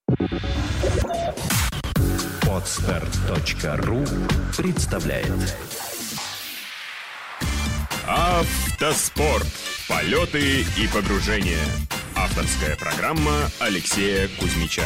Podster.ru представляет Автоспорт. Полеты и погружения. Авторская программа Алексея Кузьмича.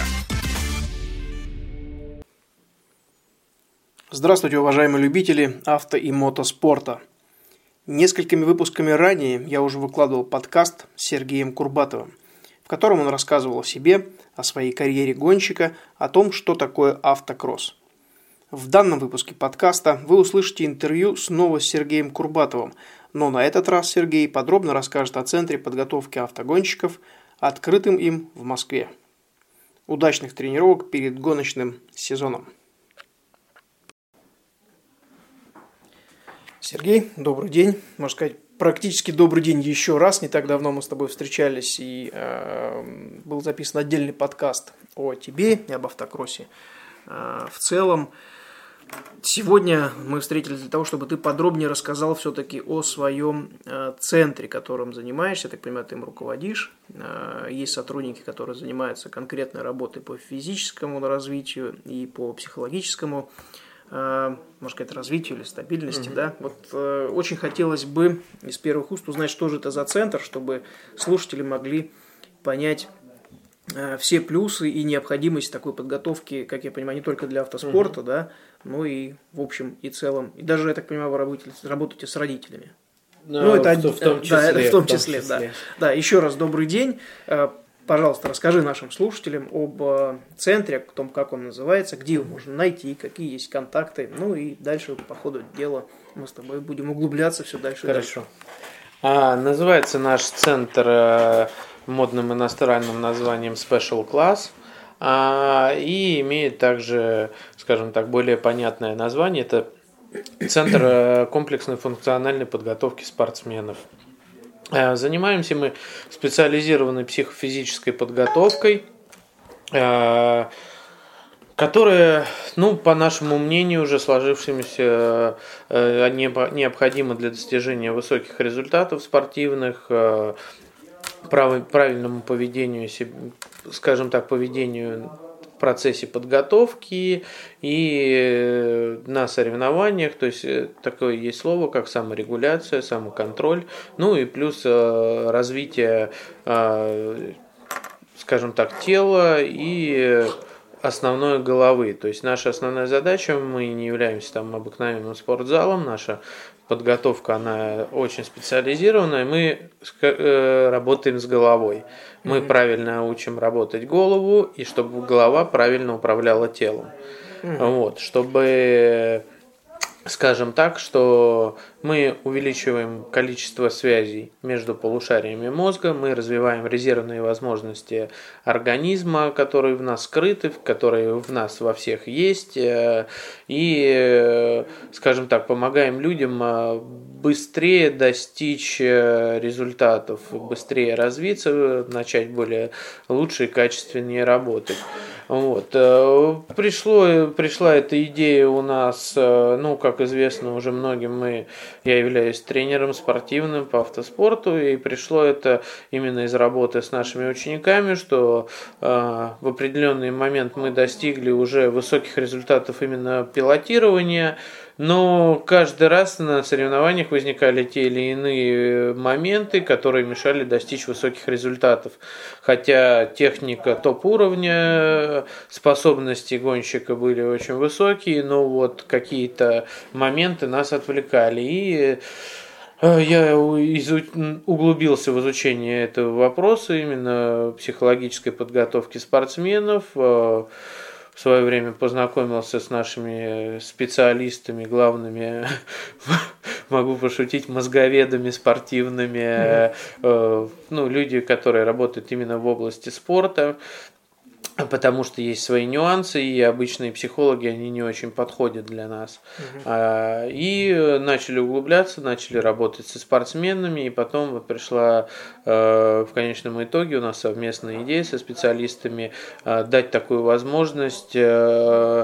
Здравствуйте, уважаемые любители авто и мотоспорта. Несколькими выпусками ранее я уже выкладывал подкаст с Сергеем Курбатовым, в котором он рассказывал о себе, о своей карьере гонщика, о том, что такое автокросс. В данном выпуске подкаста вы услышите интервью снова с Сергеем Курбатовым, но на этот раз Сергей подробно расскажет о центре подготовки автогонщиков, открытым им в Москве. Удачных тренировок перед гоночным сезоном. Сергей, добрый день. Можно сказать, практически добрый день еще раз. Не так давно мы с тобой встречались, и был записан отдельный подкаст о тебе и об автокроссе. В целом, сегодня мы встретились для того, чтобы ты подробнее рассказал все-таки о своем центре, которым занимаешься. Я так понимаю, ты им руководишь. Есть сотрудники, которые занимаются конкретной работой по физическому развитию и по психологическому, можно сказать, развитию или стабильности, да. Вот очень хотелось бы из первых уст узнать, что же это за центр, чтобы слушатели могли понять все плюсы и необходимость такой подготовки, как я понимаю, не только для автоспорта, да, но и в общем и целом. И даже, я так понимаю, вы работаете с родителями. В том числе. Да, еще раз добрый день. Пожалуйста, расскажи нашим слушателям об центре, о том, как он называется, где его можно найти, какие есть контакты. Ну и дальше по ходу дела мы с тобой будем углубляться все дальше. Хорошо. Называется наш центр модным иностранным названием Special Class. И имеет также, скажем так, более понятное название. Это Центр комплексной функциональной подготовки спортсменов. Занимаемся мы специализированной психофизической подготовкой, которая, по нашему мнению, уже сложившимся, необходима для достижения высоких результатов спортивных, правильному поведению, скажем так, поведению в процессе подготовки и на соревнованиях, то есть такое есть слово, как саморегуляция, самоконтроль, и плюс развитие, скажем так, тела и основной головы. То есть наша основная задача, мы не являемся обыкновенным спортзалом, наша подготовка, она очень специализированная, мы работаем с головой. Мы правильно учим работать голову, и чтобы голова правильно управляла телом. Чтобы, скажем так, что мы увеличиваем количество связей между полушариями мозга, мы развиваем резервные возможности организма, которые в нас скрыты, которые в нас во всех есть, и, скажем так, помогаем людям быстрее достичь результатов, быстрее развиться, начать более лучше и качественнее работать. Пришла эта идея у нас, как известно уже многим, я являюсь тренером спортивным по автоспорту, и пришло это именно из работы с нашими учениками, что в определенный момент мы достигли уже высоких результатов именно пилотирования, но каждый раз на соревнованиях возникали те или иные моменты, которые мешали достичь высоких результатов. Хотя техника топ-уровня, способности гонщика были очень высокие, но какие-то моменты нас отвлекали. И я углубился в изучение этого вопроса, именно психологической подготовки спортсменов. В свое время познакомился с нашими специалистами, главными, могу пошутить, мозговедами спортивными, люди, которые работают именно в области спорта. Потому что есть свои нюансы, и обычные психологи, они не очень подходят для нас. И начали углубляться, начали работать со спортсменами, и потом пришла в конечном итоге у нас совместная идея со специалистами дать такую возможность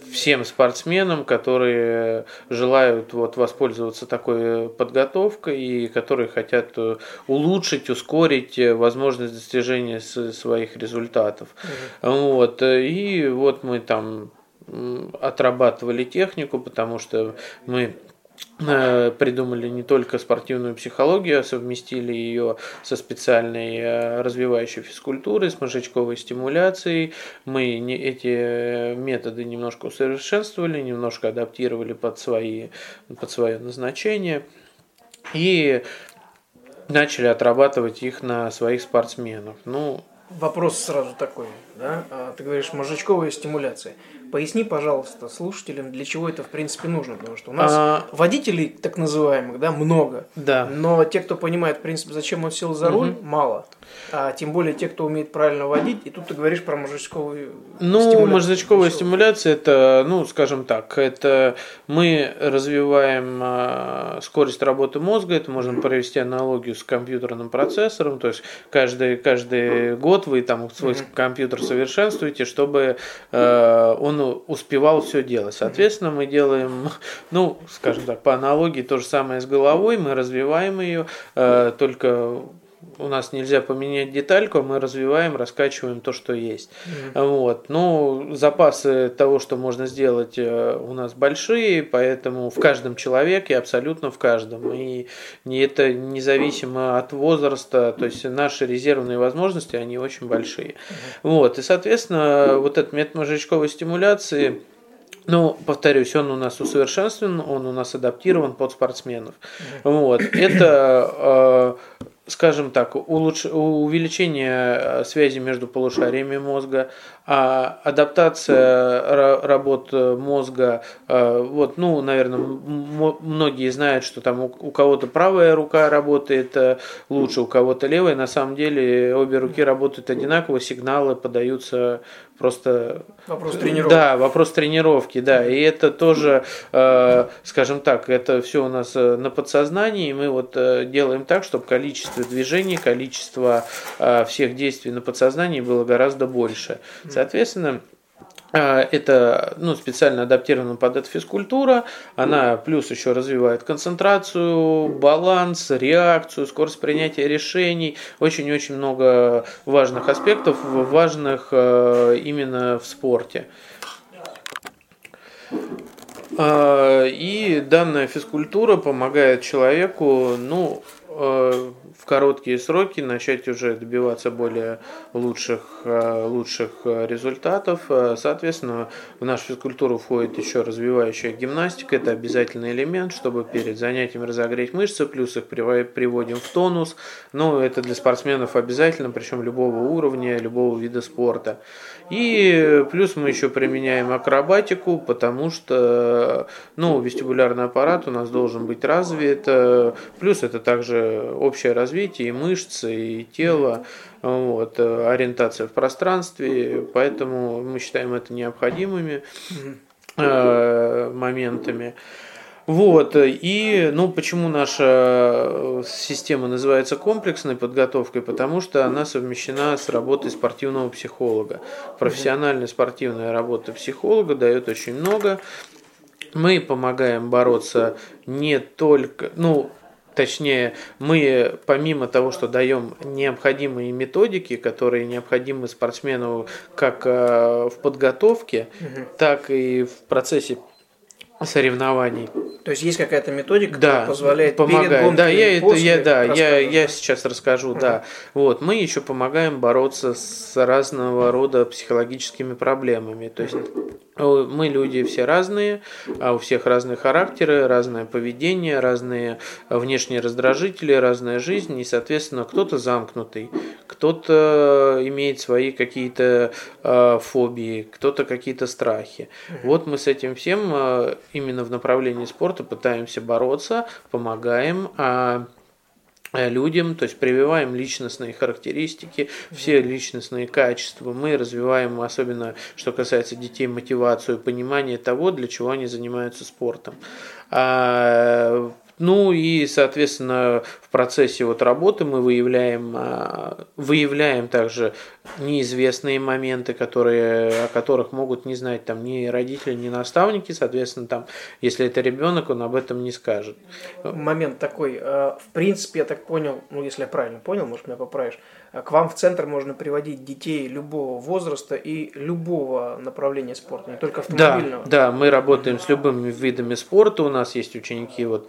всем спортсменам, которые желают воспользоваться такой подготовкой и которые хотят улучшить, ускорить возможность достижения своих результатов. И мы там отрабатывали технику, потому что мы придумали не только спортивную психологию, а совместили ее со специальной развивающей физкультурой, с мозжечковой стимуляцией. Мы эти методы немножко усовершенствовали, немножко адаптировали под свое назначение и начали отрабатывать их на своих спортсменах. Вопрос сразу такой, да? Ты говоришь, мозжечковая стимуляция. Поясни, пожалуйста, слушателям, для чего это в принципе нужно, потому что у нас водителей так называемых, да, много, да. Но те, кто понимает, в принципе, зачем он сел за руль, мало. А тем более те, кто умеет правильно водить, и тут ты говоришь про мозжечковую стимуляцию. Мозжечковая стимуляция, это, скажем так, это мы развиваем скорость работы мозга, это можно провести аналогию с компьютерным процессором, то есть каждый год вы там свой компьютер совершенствуете, чтобы он успевал все делать. Соответственно, мы делаем, скажем так, по аналогии то же самое с головой, мы развиваем ее, только у нас нельзя поменять детальку, а мы развиваем, раскачиваем то, что есть. Запасы того, что можно сделать, у нас большие, поэтому в каждом человеке, абсолютно в каждом. И это независимо от возраста, то есть наши резервные возможности, они очень большие. И, соответственно, этот метод мозжечковой стимуляции, повторюсь, он у нас усовершенствован, он у нас адаптирован под спортсменов. Это, скажем так, увеличение связи между полушариями мозга, адаптация работ мозга. Наверное, многие знают, что там у кого-то правая рука работает лучше, у кого-то левая. На самом деле обе руки работают одинаково, сигналы подаются просто... Вопрос тренировки. Да, вопрос тренировки, да. И это тоже, скажем так, это все у нас на подсознании, и мы делаем так, чтобы количество движений, количество всех действий на подсознании было гораздо больше. Соответственно, это специально адаптирована под это физкультура, она плюс еще развивает концентрацию, баланс, реакцию, скорость принятия решений, очень-очень много важных аспектов, важных именно в спорте. И данная физкультура помогает человеку, в короткие сроки начать уже добиваться более лучших результатов. Соответственно, в нашу физкультуру входит еще развивающая гимнастика. Это обязательный элемент, чтобы перед занятием разогреть мышцы, плюс их приводим в тонус. Это для спортсменов обязательно, причем любого уровня, любого вида спорта. И плюс мы еще применяем акробатику, потому что вестибулярный аппарат у нас должен быть развит. Плюс это также общее развитие и мышц, и тела, ориентация в пространстве. Поэтому мы считаем это необходимыми моментами. И почему наша система называется комплексной подготовкой? Потому что она совмещена с работой спортивного психолога. Профессиональная спортивная работа психолога дает очень много. Мы помогаем бороться не только... Точнее, мы помимо того, что даем необходимые методики, которые необходимы спортсмену как в подготовке, так и в процессе соревнований. То есть есть какая-то методика, которая позволяет помогает. Перед гонкой Я сейчас расскажу. Да. Мы еще помогаем бороться с разного рода психологическими проблемами. То есть мы люди все разные, у всех разные характеры, разное поведение, разные внешние раздражители, разная жизнь, и, соответственно, кто-то замкнутый, кто-то имеет свои какие-то фобии, кто-то какие-то страхи. Мы с этим всем именно в направлении спорта пытаемся бороться, помогаем людям, то есть прививаем личностные характеристики, все личностные качества. Мы развиваем, особенно что касается детей, мотивацию, понимание того, для чего они занимаются спортом. Ну и, соответственно, в процессе вот работы мы выявляем также неизвестные моменты, о которых могут не знать там ни родители, ни наставники. Соответственно, там, если это ребенок, он об этом не скажет. Момент такой. В принципе, я так понял, ну если я правильно понял, может меня поправишь, к вам в центр можно приводить детей любого возраста и любого направления спорта, не только автомобильного. Да, мы работаем с любыми видами спорта. У нас есть ученики вот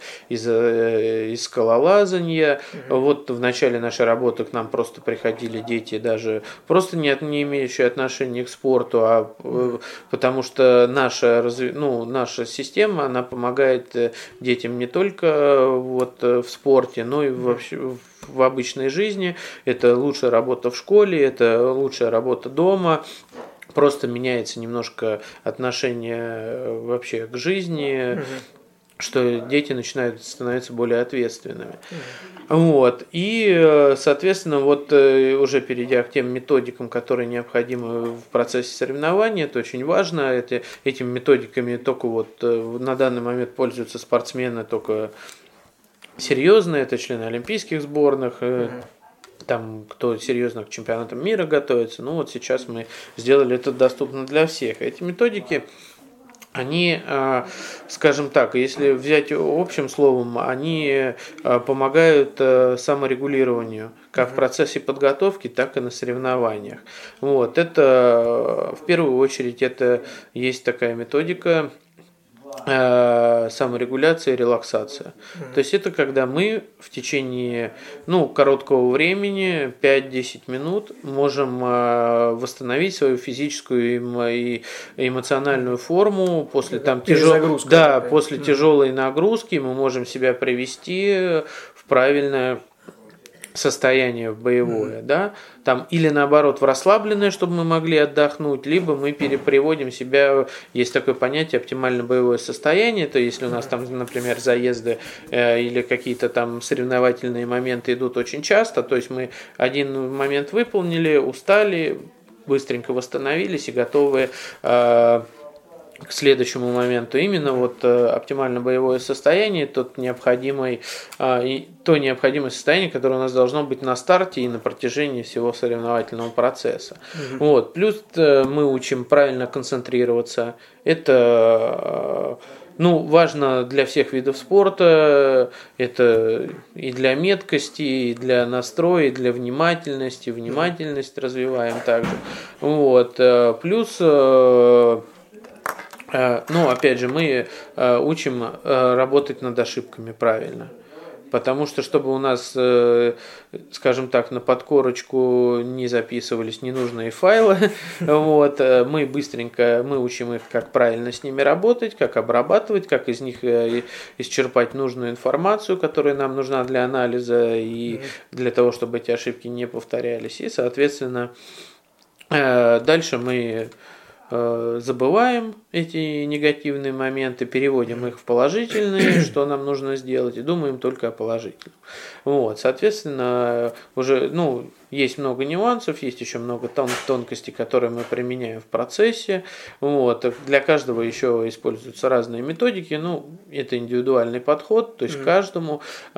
из скалолазания. Вот в начале нашей работы к нам просто приходили дети, даже просто не имеющие отношения к спорту, потому что наша система, она помогает детям не только вот в спорте, но и вообще в обычной жизни. Это лучшая работа в школе, это лучшая работа дома. Просто меняется немножко отношение вообще к жизни, что дети начинают становиться более ответственными. Вот. И, соответственно, вот уже перейдя к тем методикам, которые необходимы в процессе соревнования, это очень важно. Этими методиками только вот на данный момент пользуются спортсмены только серьезные, это члены олимпийских сборных, там, кто серьезно к чемпионатам мира готовится. Ну вот сейчас мы сделали это доступно для всех. Эти методики, они, скажем так, если взять общим словом, они помогают саморегулированию как в процессе подготовки, так и на соревнованиях. Вот. Это, в первую очередь, это есть такая методика саморегуляция и релаксация. То есть это когда мы в течение короткого времени, 5-10 минут, можем восстановить свою физическую и эмоциональную форму после после тяжелой нагрузки. Мы можем себя привести в правильное состояние боевое, да, там, или наоборот в расслабленное, чтобы мы могли отдохнуть, либо мы переприводим себя, есть такое понятие оптимальное боевое состояние, то если у нас там, например, заезды или какие-то там соревновательные моменты идут очень часто, то есть мы один момент выполнили, устали, быстренько восстановились и готовы к следующему моменту. Именно вот оптимально боевое состояние, то необходимое состояние, которое у нас должно быть на старте и на протяжении всего соревновательного процесса. Вот. Плюс мы учим правильно концентрироваться. Это важно для всех видов спорта, это и для меткости, и для настроя, и для внимательности. Внимательность развиваем также. Вот. Плюс опять же, мы учим работать над ошибками правильно. Потому что, чтобы у нас, скажем так, на подкорочку не записывались ненужные файлы, мы учим их, как правильно с ними работать, как обрабатывать, как из них исчерпать нужную информацию, которая нам нужна для анализа и для того, чтобы эти ошибки не повторялись. И, соответственно, дальше мы забываем эти негативные моменты, переводим их в положительные, что нам нужно сделать, и думаем только о положительном. Вот, соответственно, уже есть много нюансов, есть еще много тонкостей, которые мы применяем в процессе. Вот, для каждого еще используются разные методики, это индивидуальный подход, то есть каждому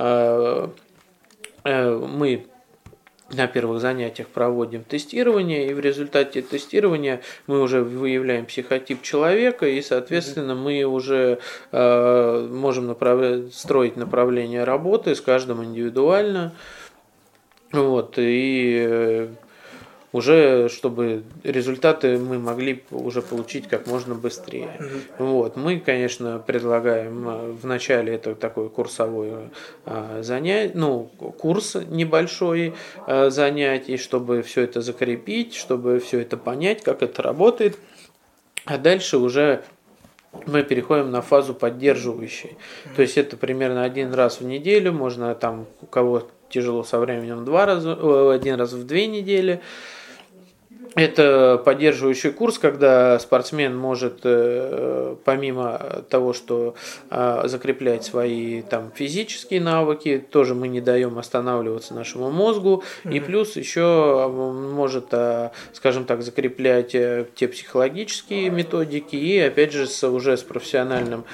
мы на первых занятиях проводим тестирование, и в результате тестирования мы уже выявляем психотип человека, и, соответственно, мы уже можем строить направление работы с каждым индивидуально. Вот, и уже чтобы результаты мы могли уже получить как можно быстрее. Вот. Мы, конечно, предлагаем в начале это такой курсовой занятие, курс небольшой занятий, чтобы все это закрепить, чтобы все это понять, как это работает. А дальше уже мы переходим на фазу поддерживающей. То есть это примерно один раз в неделю, можно там, у кого тяжело со временем, один раз в 2 недели. Это поддерживающий курс, когда спортсмен может, помимо того, что закреплять свои там физические навыки, тоже мы не даем останавливаться нашему мозгу, и плюс еще может, скажем так, закреплять те психологические методики, и опять же уже с профессионалом,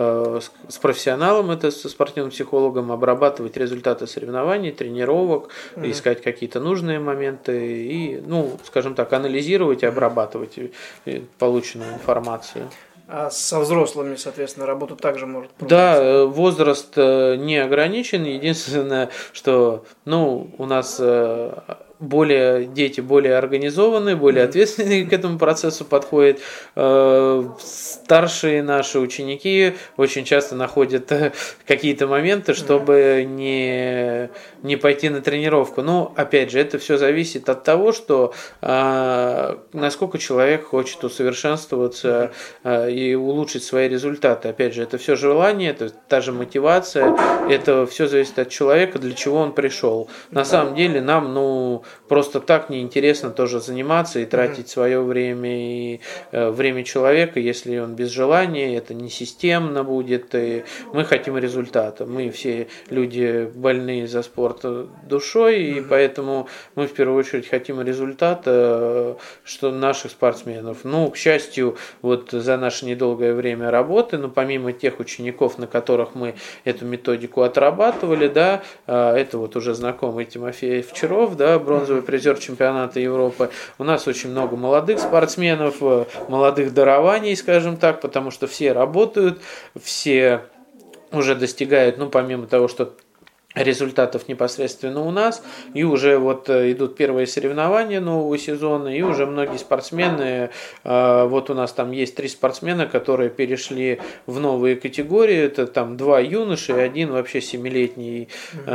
это со спортивным психологом, обрабатывать результаты соревнований, тренировок, искать какие-то нужные моменты и, скажем так, анализировать и обрабатывать полученную информацию. А со взрослыми, соответственно, работа также может проводиться? Да, возраст не ограничен. Единственное, что у нас дети более организованные, более ответственные к этому процессу подходят. Старшие наши ученики очень часто находят какие-то моменты, чтобы не пойти на тренировку. Но, опять же, это все зависит от того, что насколько человек хочет усовершенствоваться и улучшить свои результаты. Опять же, это все желание, это та же мотивация, это все зависит от человека, для чего он пришел. На самом деле нам, просто так неинтересно тоже заниматься и тратить свое время и время человека, если он без желания, это не системно будет, и мы хотим результата. Мы все люди больные за спорт душой, и поэтому мы в первую очередь хотим результата, что наших спортсменов. К счастью, вот за наше недолгое время работы, помимо тех учеников, на которых мы эту методику отрабатывали, да, это вот уже знакомый Тимофей Овчаров, да, бронзовый призер чемпионата Европы. У нас очень много молодых спортсменов, молодых дарований, скажем так, потому что все работают, все уже достигают, помимо того, что результатов непосредственно у нас, и уже вот идут первые соревнования нового сезона, и уже многие спортсмены, вот у нас там есть 3 спортсмена, которые перешли в новые категории, это там 2 юноши и 1 вообще 7-летний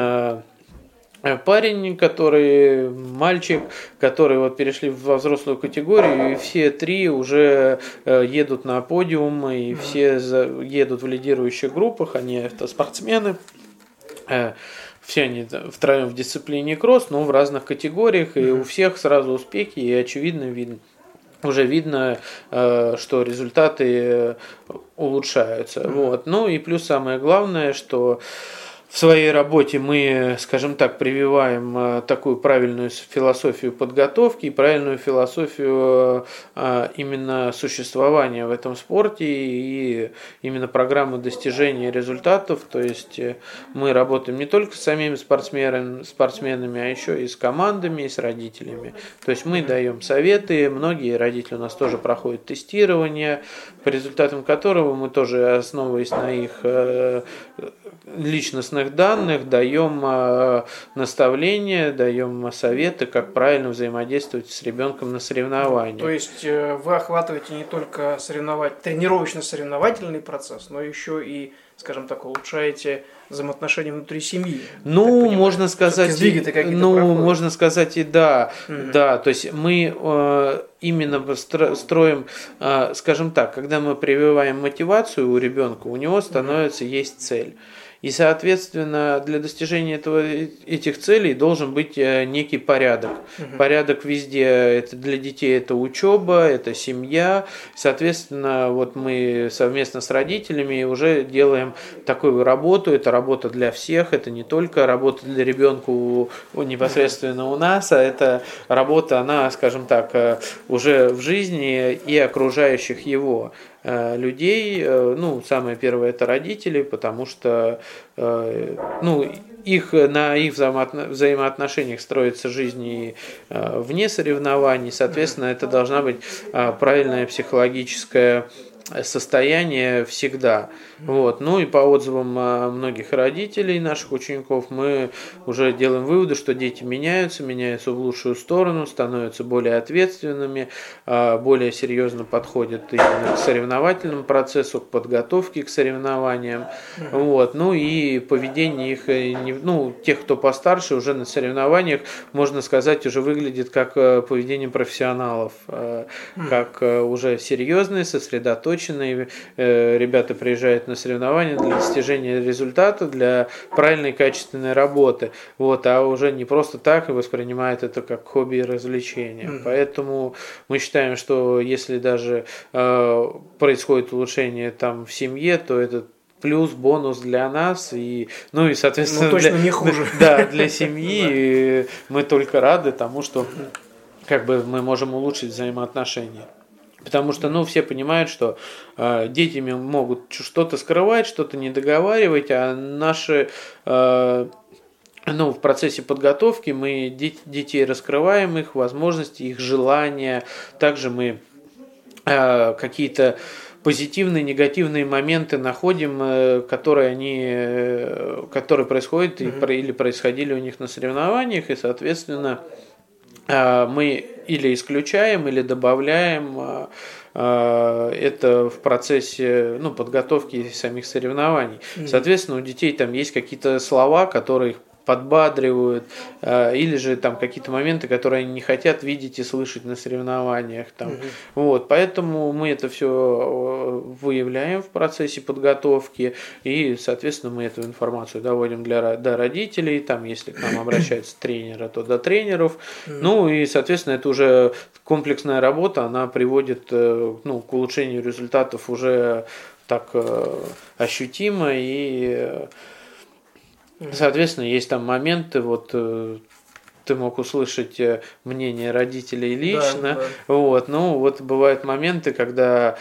парень, мальчик, который вот перешли во взрослую категорию, и все 3 уже едут на подиум, и все едут в лидирующих группах, они автоспортсмены. Все они втроем в дисциплине кросс, но в разных категориях, и у всех сразу успехи, и очевидно уже видно, что результаты улучшаются. Вот. И плюс самое главное, что в своей работе мы, скажем так, прививаем такую правильную философию подготовки и правильную философию именно существования в этом спорте и именно программу достижения результатов. То есть мы работаем не только с самими спортсменами, а еще и с командами, и с родителями. То есть мы даем советы, многие родители у нас тоже проходят тестирование, по результатам которого мы тоже, основываясь на их личностных данных, даем наставления, даем советы, как правильно взаимодействовать с ребенком на соревнованиях. То есть вы охватываете не только тренировочно-соревновательный процесс, но еще и, скажем так, улучшаете взаимоотношения внутри семьи. Можно сказать, можно сказать и да. Да, то есть мы именно строим, скажем так, когда мы прививаем мотивацию у ребенка, у него есть цель. И, соответственно, для достижения этих целей должен быть некий порядок. Порядок везде. Это для детей это учеба, это семья. Соответственно, вот мы совместно с родителями уже делаем такую работу. Это работа для всех. Это не только работа для ребенка непосредственно у нас, а это работа, она, скажем так, уже в жизни и окружающих его людей. Самое первое это родители, потому что на их взаимоотношениях строится жизнь и вне соревнований. Соответственно, это должна быть правильная психологическая состояние всегда. Вот. И по отзывам многих родителей наших учеников мы уже делаем выводы, что дети меняются в лучшую сторону, становятся более ответственными, более серьезно подходят именно к соревновательному процессу, к подготовке к соревнованиям. Вот. И поведение их, тех, кто постарше, уже на соревнованиях, можно сказать, уже выглядит как поведение профессионалов, как уже серьезные, сосредоточенные, сосредоточенные, ребята приезжают на соревнования для достижения результата, для правильной качественной работы, вот, а уже не просто так и воспринимают это как хобби и развлечение. Поэтому мы считаем, что если даже происходит улучшение там в семье, то это плюс, бонус для нас, и, ну и, соответственно, точно не хуже. Для семьи мы только рады тому, что как бы мы можем улучшить взаимоотношения. Потому что, ну, все понимают, что дети могут что-то скрывать, что-то не договаривать, а наши, в процессе подготовки мы детей раскрываем, их возможности, их желания. Также мы какие-то позитивные, негативные моменты находим, которые происходят или происходили у них на соревнованиях, и, соответственно, мы или исключаем, или добавляем это в процессе подготовки самих соревнований. Соответственно, у детей там есть какие-то слова, которые их подбадривают, или же там какие-то моменты, которые они не хотят видеть и слышать на соревнованиях. Там. Вот, поэтому мы это все выявляем в процессе подготовки, и, соответственно, мы эту информацию доводим до родителей, там, если к нам обращаются тренеры, то до тренеров. Ну и, соответственно, это уже комплексная работа, она приводит к улучшению результатов уже так ощутимо, и соответственно, есть там моменты, вот ты мог услышать мнение родителей лично, вот, бывают моменты, когда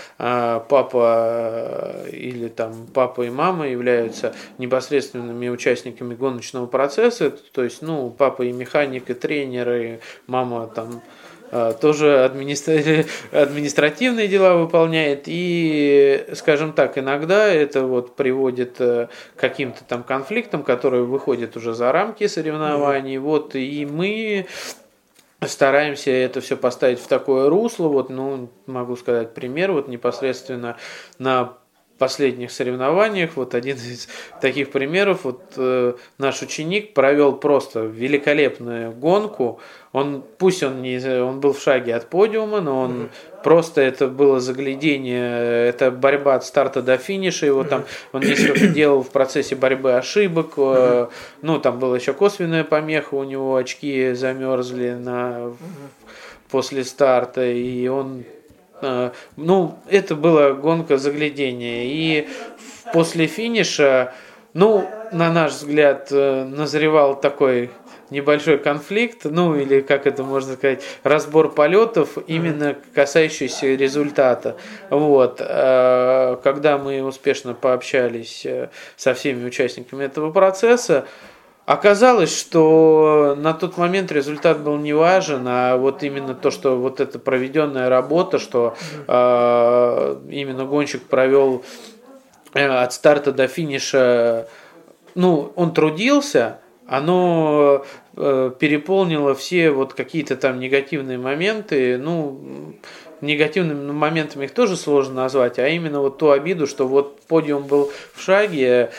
папа или там папа и мама являются непосредственными участниками гоночного процесса, то есть, папа и механик, и тренер, и мама там тоже административные дела выполняет, и, скажем так, иногда это вот приводит к каким-то там конфликтам, которые выходят уже за рамки соревнований, вот, и мы стараемся это все поставить в такое русло, вот, могу сказать пример, вот непосредственно на последних соревнованиях, вот один из таких примеров, вот наш ученик провел просто великолепную гонку. Он был в шаге от подиума, но он просто, это было заглядение, это борьба от старта до финиша, его там он несколько делал в процессе борьбы ошибок, там была еще косвенная помеха, у него очки замерзли после старта, и он это была гонка заглядения. И после финиша, на наш взгляд, назревал такой небольшой конфликт, или, как это можно сказать, разбор полетов, именно касающийся результата. Вот. Когда мы успешно пообщались со всеми участниками этого процесса, оказалось, что на тот момент результат был не важен, а вот именно то, что вот эта проведенная работа, что именно гонщик провел от старта до финиша, он трудился, оно переполнило все вот какие-то там негативные моменты, негативными моментами их тоже сложно назвать, а именно вот ту обиду, что вот подиум был в шаге,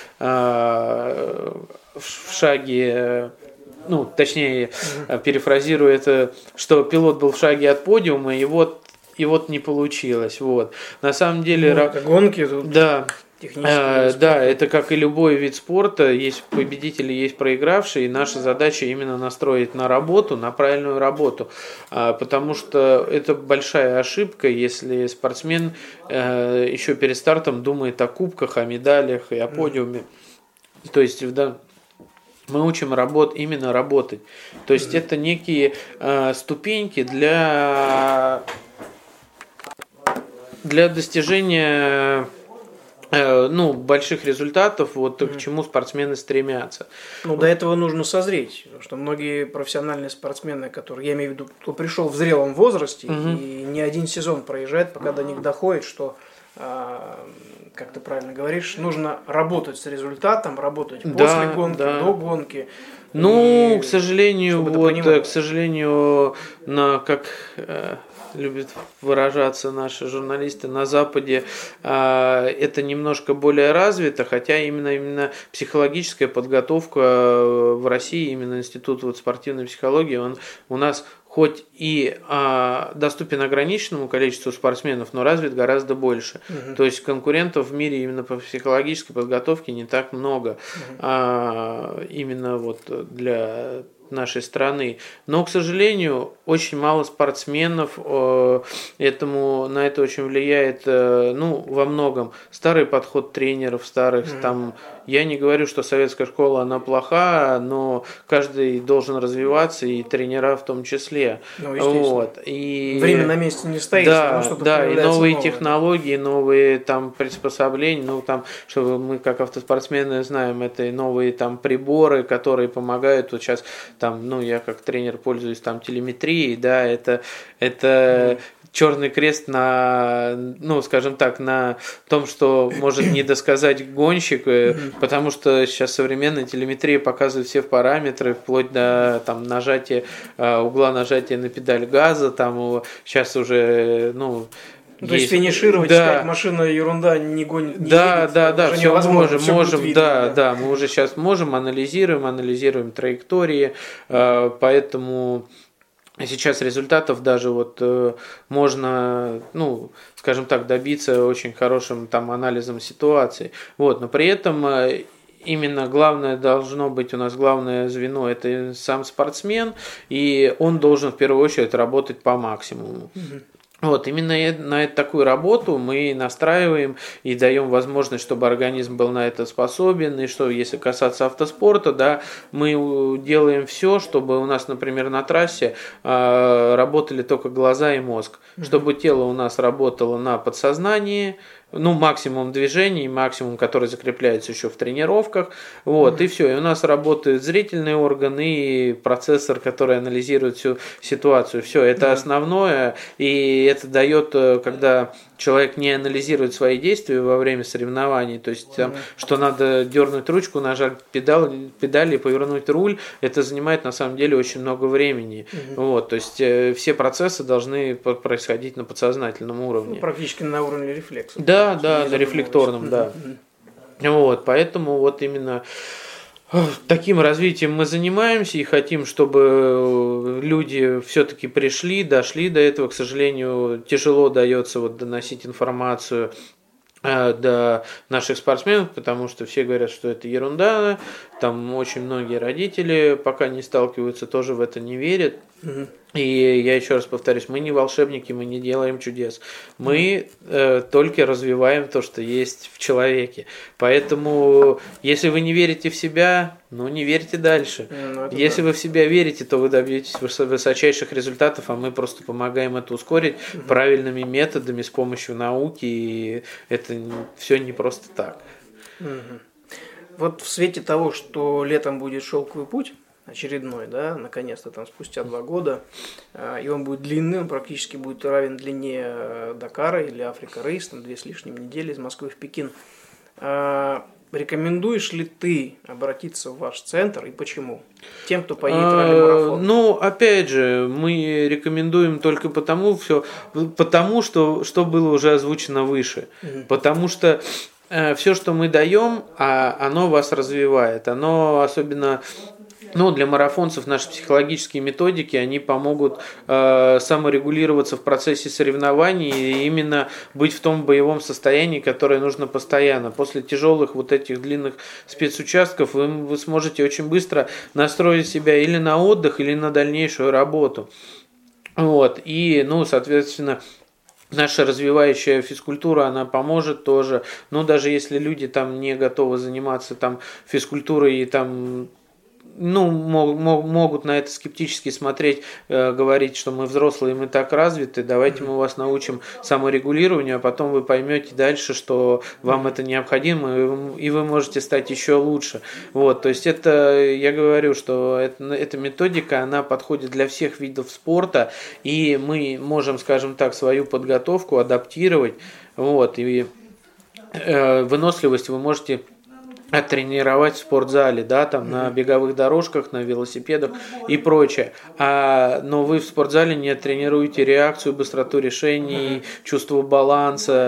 точнее, перефразируя это, что пилот был в шаге от подиума, и вот не получилось. Вот. На самом деле... это гонки тут. Да. Да, это как и любой вид спорта, есть победители, есть проигравшие, и наша задача именно настроить на работу, на правильную работу, потому что это большая ошибка, если спортсмен еще перед стартом думает о кубках, о медалях и о подиуме. То есть мы учим именно работать. То есть это некие ступеньки для достижения больших результатов, вот к чему спортсмены стремятся. До этого нужно созреть, потому что многие профессиональные спортсмены, которые, я имею в виду, кто пришел в зрелом возрасте и не один сезон проезжает, пока до них доходит, что, как ты правильно говоришь, нужно работать с результатом, работать после гонки, до гонки. К сожалению, как любят выражаться наши журналисты, на Западе это немножко более развито, хотя именно психологическая подготовка в России, именно Институт спортивной психологии, он у нас хоть и доступен ограниченному количеству спортсменов, но развит гораздо больше. То есть конкурентов в мире именно по психологической подготовке не так много, именно вот для нашей страны. Но, к сожалению, очень мало спортсменов, на это очень влияет, во многом старый подход тренеров старых, там, я не говорю, что советская школа, она плоха, но каждый должен развиваться, и тренера в том числе. Вот. И время на месте не стоит. Да, и новые технологии, новые там приспособления, чтобы мы как автоспортсмены знаем, это и новые там приборы, которые помогают. Вот сейчас я как тренер пользуюсь там телеметрией, да, это черный крест на, на том, что может не досказать гонщик, потому что сейчас современная телеметрия показывает все параметры, вплоть до нажатия, угла нажатия на педаль газа, там сейчас уже, то есть финишировать, сказать, машина ерунда, не гонит, не едет, все можем, мы уже сейчас можем, анализируем траектории, поэтому сейчас результатов даже можно, добиться очень хорошим анализом ситуации. Но при этом именно главное должно быть у нас главное звено, это сам спортсмен, и он должен в первую очередь работать по максимуму. Именно на такую работу мы настраиваем и даем возможность, чтобы организм был на это способен, и что, если касаться автоспорта, да, мы делаем все, чтобы у нас, например, на трассе работали только глаза и мозг, чтобы тело у нас работало на подсознании, максимум движений, максимум, который закрепляется еще в тренировках, и все, и у нас работает зрительный орган и процессор, который анализирует всю ситуацию, все, это основное, и это дает, когда человек не анализирует свои действия во время соревнований, то есть что надо дернуть ручку, нажать педали, повернуть руль, это занимает на самом деле очень много времени, то есть все процессы должны происходить на подсознательном уровне. Практически на уровне рефлекса. Да, на рефлекторном, да. Поэтому именно таким развитием мы занимаемся и хотим, чтобы люди все-таки дошли до этого. К сожалению, тяжело дается доносить информацию до наших спортсменов, потому что все говорят, что это ерунда. Там очень многие родители, пока не сталкиваются, тоже в это не верят. И я еще раз повторюсь, мы не волшебники, мы не делаем чудес. Мы только развиваем то, что есть в человеке. Поэтому, если вы не верите в себя, не верьте дальше. Если вы в себя верите, то вы добьетесь высочайших результатов, а мы просто помогаем это ускорить правильными методами, с помощью науки. И это все не просто так. В свете того, что летом будет шелковый путь, очередной, да, наконец-то спустя 2 года, и он будет длинный, он практически будет равен длине Дакара или Африка Рейс, 2 с лишним недели из Москвы в Пекин. Рекомендуешь ли ты обратиться в ваш центр и почему? Тем, кто поедет ралли-марафон. Опять же, мы рекомендуем только потому, что было уже озвучено выше. Потому что все, что мы даем, оно вас развивает. Оно особенно... для марафонцев наши психологические методики, они помогут саморегулироваться в процессе соревнований и именно быть в том боевом состоянии, которое нужно постоянно. После тяжелых этих длинных спецучастков вы сможете очень быстро настроить себя или на отдых, или на дальнейшую работу. И, соответственно, наша развивающая физкультура, она поможет тоже. Даже если люди не готовы заниматься физкультурой и могут на это скептически смотреть, говорить, что мы взрослые, мы так развиты, давайте мы вас научим саморегулированию, а потом вы поймете дальше, что вам это необходимо, и вы можете стать еще лучше. То есть это, я говорю, что эта методика, она подходит для всех видов спорта, и мы можем, скажем так, свою подготовку адаптировать, и выносливость вы можете оттренировать в спортзале, на беговых дорожках, на велосипедах и прочее. Но вы в спортзале не тренируете реакцию, быстроту решений, чувство баланса.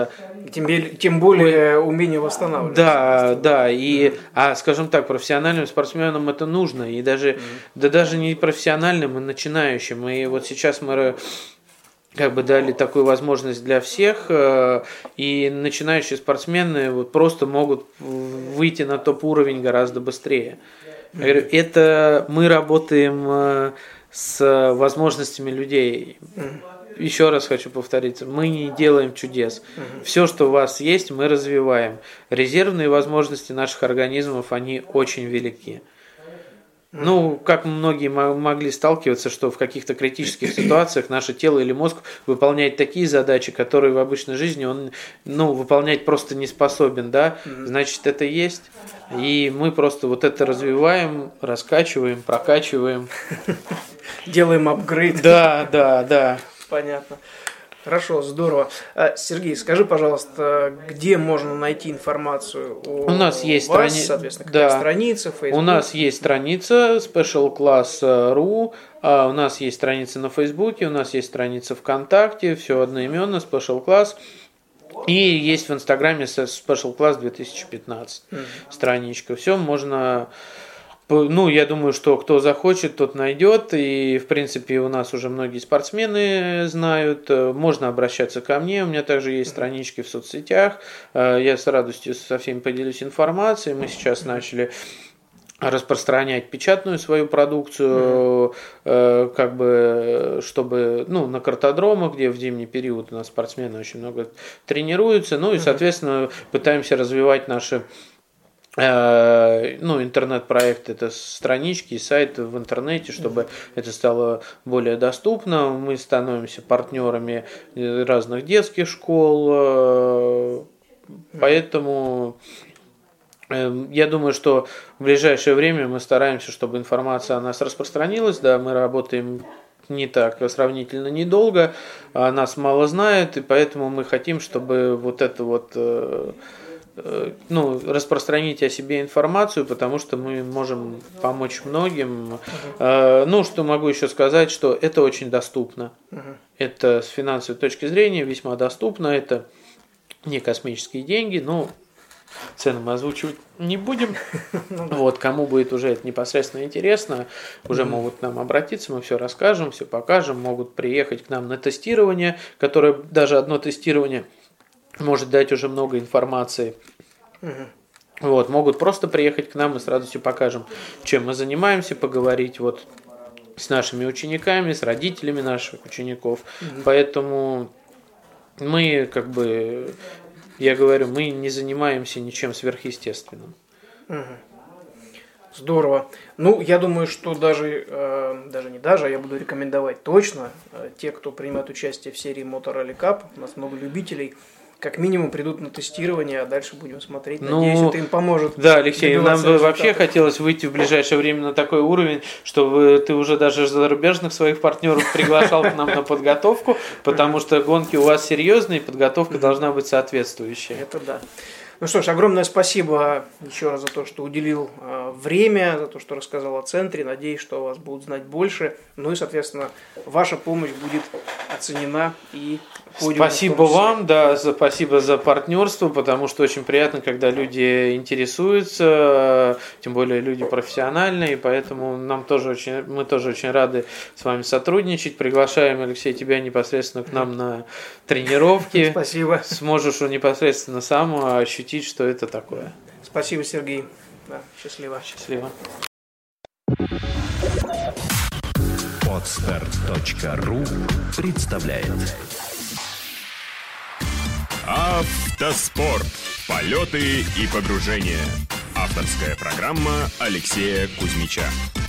Тем более умение восстанавливаться. Да, скажем так, профессиональным спортсменам это нужно, и даже не профессиональным, и начинающим. И вот сейчас мы как бы дали такую возможность для всех, и начинающие спортсмены вот просто могут выйти на топ-уровень гораздо быстрее. Я говорю, это мы работаем с возможностями людей. Еще раз хочу повториться, мы не делаем чудес. Все, что у вас есть, мы развиваем. Резервные возможности наших организмов, они очень велики. Ну, как многие могли сталкиваться, что в каких-то критических ситуациях наше тело или мозг выполняет такие задачи, которые в обычной жизни он выполнять просто не способен, да? Значит, это есть. И мы просто вот это развиваем, раскачиваем, прокачиваем. Делаем апгрейд. Да. Понятно. Хорошо, здорово. Сергей, скажи, пожалуйста, где можно найти информацию о нас есть вас, соответственно, какая страница, Facebook? У нас есть страница specialclass.ru, у нас есть страница на Фейсбуке, у нас есть страница ВКонтакте, все одноименно, Special Class. И есть в Инстаграме Special Class 2015 страничка. Все можно... я думаю, что кто захочет, тот найдет. И, в принципе, у нас уже многие спортсмены знают. Можно обращаться ко мне. У меня также есть странички в соцсетях. Я с радостью со всеми поделюсь информацией. Мы сейчас начали распространять печатную свою продукцию, как бы, чтобы, на картодромах, где в зимний период у нас спортсмены очень много тренируются. И, соответственно, пытаемся развивать наши интернет-проект, это странички и сайты в интернете, чтобы это стало более доступно. Мы становимся партнерами разных детских школ, поэтому я думаю, что в ближайшее время мы стараемся, чтобы информация о нас распространилась. Да, мы работаем не так сравнительно недолго, нас мало знают, и поэтому мы хотим, чтобы вот это вот распространить о себе информацию, потому что мы можем помочь многим. Что могу еще сказать, что это очень доступно. Это с финансовой точки зрения весьма доступно. Это не космические деньги, но цены мы озвучивать не будем. Кому будет уже это непосредственно интересно, уже могут к нам обратиться, мы все расскажем, все покажем, могут приехать к нам на тестирование, которое даже одно тестирование может дать уже много информации. Могут просто приехать к нам, мы с радостью покажем, чем мы занимаемся, поговорить с нашими учениками, с родителями наших учеников. Поэтому мы, я говорю, мы не занимаемся ничем сверхъестественным. Здорово. Я думаю, что я буду рекомендовать точно, те, кто принимает участие в серии Motor Rally Cup, у нас много любителей, как минимум придут на тестирование, а дальше будем смотреть. Надеюсь, это им поможет. Да, Алексей, нам бы вообще хотелось выйти в ближайшее время на такой уровень, что ты уже даже зарубежных своих партнеров приглашал к нам на подготовку, потому что гонки у вас серьезные, подготовка должна быть соответствующая. Это да. Ну что ж, огромное спасибо еще раз за то, что уделил время, за то, что рассказал о центре. Надеюсь, что о вас будут знать больше. И, соответственно, ваша помощь будет оценена и спасибо вам, спасибо за партнерство, потому что очень приятно, когда люди интересуются, тем более люди профессиональные, и поэтому мы тоже очень рады с вами сотрудничать. Приглашаем, Алексей, тебя непосредственно к нам на тренировки. Спасибо. Сможешь непосредственно сам ощутить, что это такое. Спасибо, Сергей. Да, счастливо. Счастливо. Podstart.ru представляет Автоспорт. Полеты и погружения. Авторская программа Алексея Кузьмича.